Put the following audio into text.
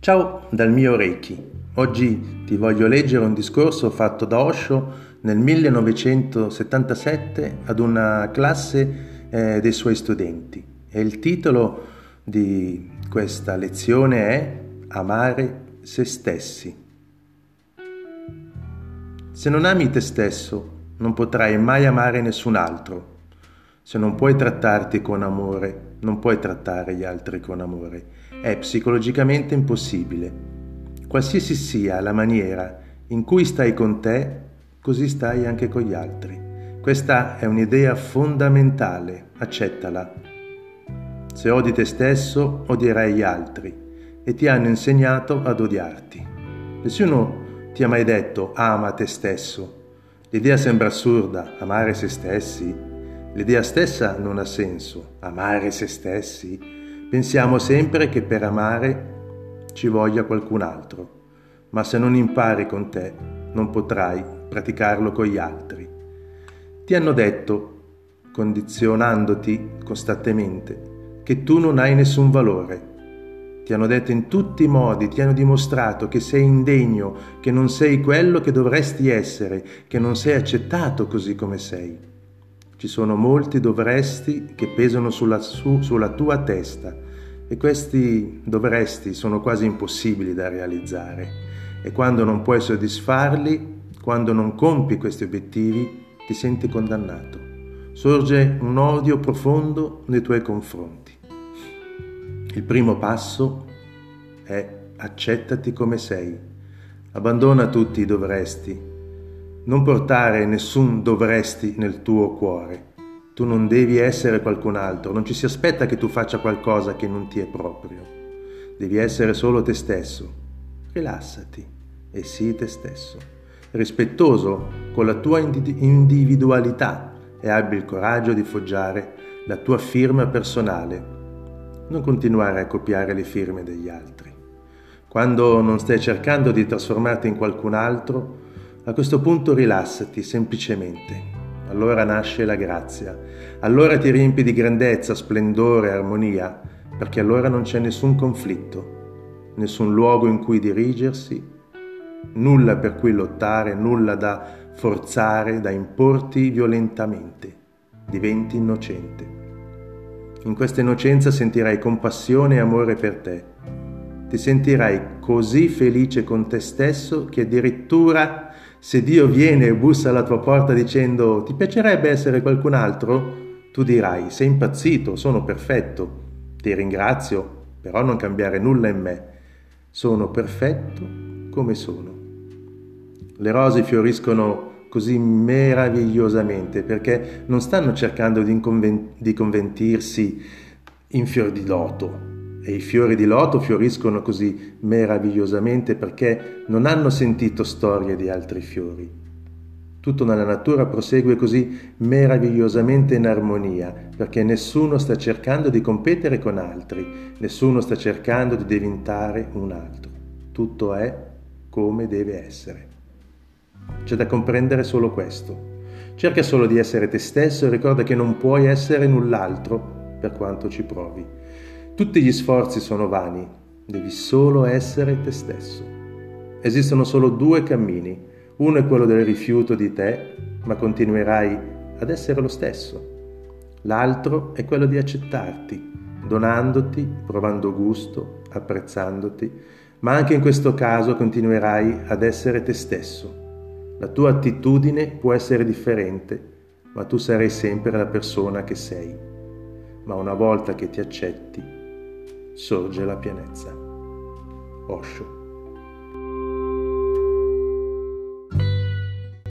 Ciao dal mio Reiki. Oggi ti voglio leggere un discorso fatto da Osho nel 1977 ad una classe dei suoi studenti. E il titolo di questa lezione è Amare se stessi. Se non ami te stesso, non potrai mai amare nessun altro. Se non puoi trattarti con amore, non puoi trattare gli altri con amore. È psicologicamente impossibile. Qualsiasi sia la maniera in cui stai con te, così stai anche con gli altri. Questa è un'idea fondamentale, accettala. Se odi te stesso, odierai gli altri e ti hanno insegnato ad odiarti. Nessuno ti ha mai detto ama te stesso. L'idea sembra assurda, amare se stessi. L'idea stessa non ha senso, amare se stessi. Pensiamo sempre che per amare ci voglia qualcun altro, ma se non impari con te, non potrai praticarlo con gli altri. Ti hanno detto, condizionandoti costantemente, che tu non hai nessun valore. Ti hanno detto in tutti i modi, ti hanno dimostrato che sei indegno, che non sei quello che dovresti essere, che non sei accettato così come sei. Ci sono molti dovresti che pesano sulla tua testa e questi dovresti sono quasi impossibili da realizzare e quando non puoi soddisfarli, quando non compi questi obiettivi, ti senti condannato. Sorge un odio profondo nei tuoi confronti. Il primo passo è accettati come sei. Abbandona tutti i dovresti. Non portare nessun dovresti nel tuo cuore. Tu non devi essere qualcun altro, non ci si aspetta che tu faccia qualcosa che non ti è proprio. Devi essere solo te stesso. Rilassati e sii te stesso. Rispettoso con la tua individualità e abbi il coraggio di forgiare la tua firma personale. Non continuare a copiare le firme degli altri. Quando non stai cercando di trasformarti in qualcun altro, a questo punto rilassati semplicemente, allora nasce la grazia, allora ti riempi di grandezza, splendore, armonia, perché allora non c'è nessun conflitto, nessun luogo in cui dirigersi, nulla per cui lottare, nulla da forzare, da importi violentamente, diventi innocente. In questa innocenza sentirai compassione e amore per te, ti sentirai così felice con te stesso che addirittura se Dio viene e bussa alla tua porta dicendo «Ti piacerebbe essere qualcun altro?» Tu dirai «Sei impazzito, sono perfetto, ti ringrazio, però non cambiare nulla in me, sono perfetto come sono». Le rose fioriscono così meravigliosamente perché non stanno cercando di convertirsi in fior di loto. E i fiori di loto fioriscono così meravigliosamente perché non hanno sentito storie di altri fiori. Tutto nella natura prosegue così meravigliosamente in armonia, perché nessuno sta cercando di competere con altri, nessuno sta cercando di diventare un altro. Tutto è come deve essere. C'è da comprendere solo questo. Cerca solo di essere te stesso e ricorda che non puoi essere null'altro per quanto ci provi. Tutti gli sforzi sono vani, devi solo essere te stesso. Esistono solo due cammini, uno è quello del rifiuto di te, ma continuerai ad essere lo stesso. L'altro è quello di accettarti, donandoti, provando gusto, apprezzandoti, ma anche in questo caso continuerai ad essere te stesso. La tua attitudine può essere differente, ma tu sarai sempre la persona che sei. Ma una volta che ti accetti, sorge la pienezza. Osho.